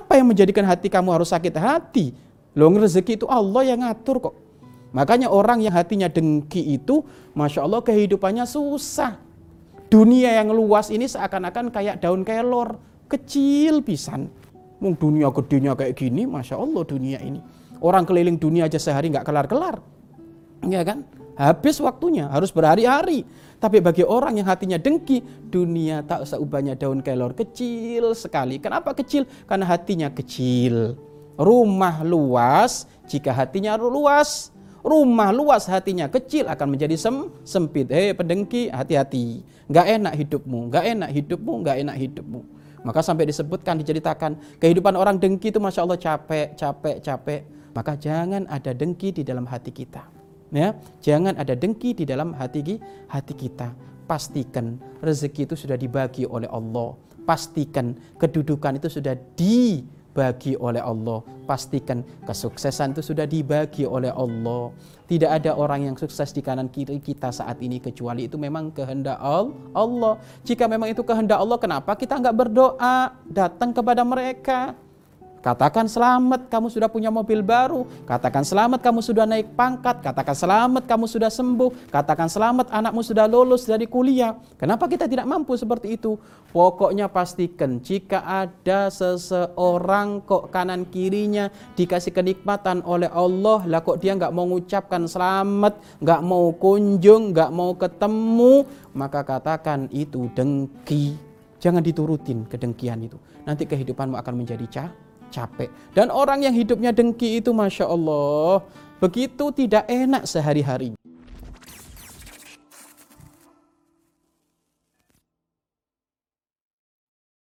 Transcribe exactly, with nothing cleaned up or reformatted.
Apa yang menjadikan hati kamu harus sakit hati? Loh, rezeki itu Allah yang ngatur kok. Makanya orang yang hatinya dengki itu, Masya Allah kehidupannya susah. Dunia yang luas ini seakan-akan kayak daun kelor, kecil pisan. Mung dunia gedenya kayak gini, Masya Allah dunia ini. Orang keliling dunia aja sehari nggak kelar-kelar. Ya kan? Habis waktunya, harus berhari-hari. Tapi bagi orang yang hatinya dengki, dunia tak seubahnya daun kelor, kecil sekali. Kenapa kecil? Karena hatinya kecil. Rumah luas, jika hatinya luas. Rumah luas hatinya kecil akan menjadi sem sempit. Hei pendengki, hati-hati. Gak enak hidupmu, gak enak hidupmu, gak enak hidupmu. Maka sampai disebutkan, diceritakan, kehidupan orang dengki itu Masya Allah capek, capek, capek. Maka jangan ada dengki di dalam hati kita. Ya, jangan ada dengki di dalam hati hati kita. Pastikan rezeki itu sudah dibagi oleh Allah. Pastikan kedudukan itu sudah dibagi oleh Allah. Pastikan kesuksesan itu sudah dibagi oleh Allah. Tidak ada orang yang sukses di kanan kiri kita saat ini kecuali itu memang kehendak Allah. Jika memang itu kehendak Allah, kenapa kita nggak berdoa datang kepada mereka? Katakan selamat kamu sudah punya mobil baru. Katakan selamat kamu sudah naik pangkat. Katakan selamat kamu sudah sembuh. Katakan selamat anakmu sudah lulus dari kuliah. Kenapa kita tidak mampu seperti itu? Pokoknya pastikan jika ada seseorang kok kanan kirinya dikasih kenikmatan oleh Allah, lah kok dia nggak mau mengucapkan selamat, nggak mau kunjung, nggak mau ketemu, maka katakan itu dengki. Jangan diturutin kedengkian itu. Nanti kehidupanmu akan menjadi cah. capek. Dan orang yang hidupnya dengki itu Masya Allah, begitu tidak enak sehari-hari.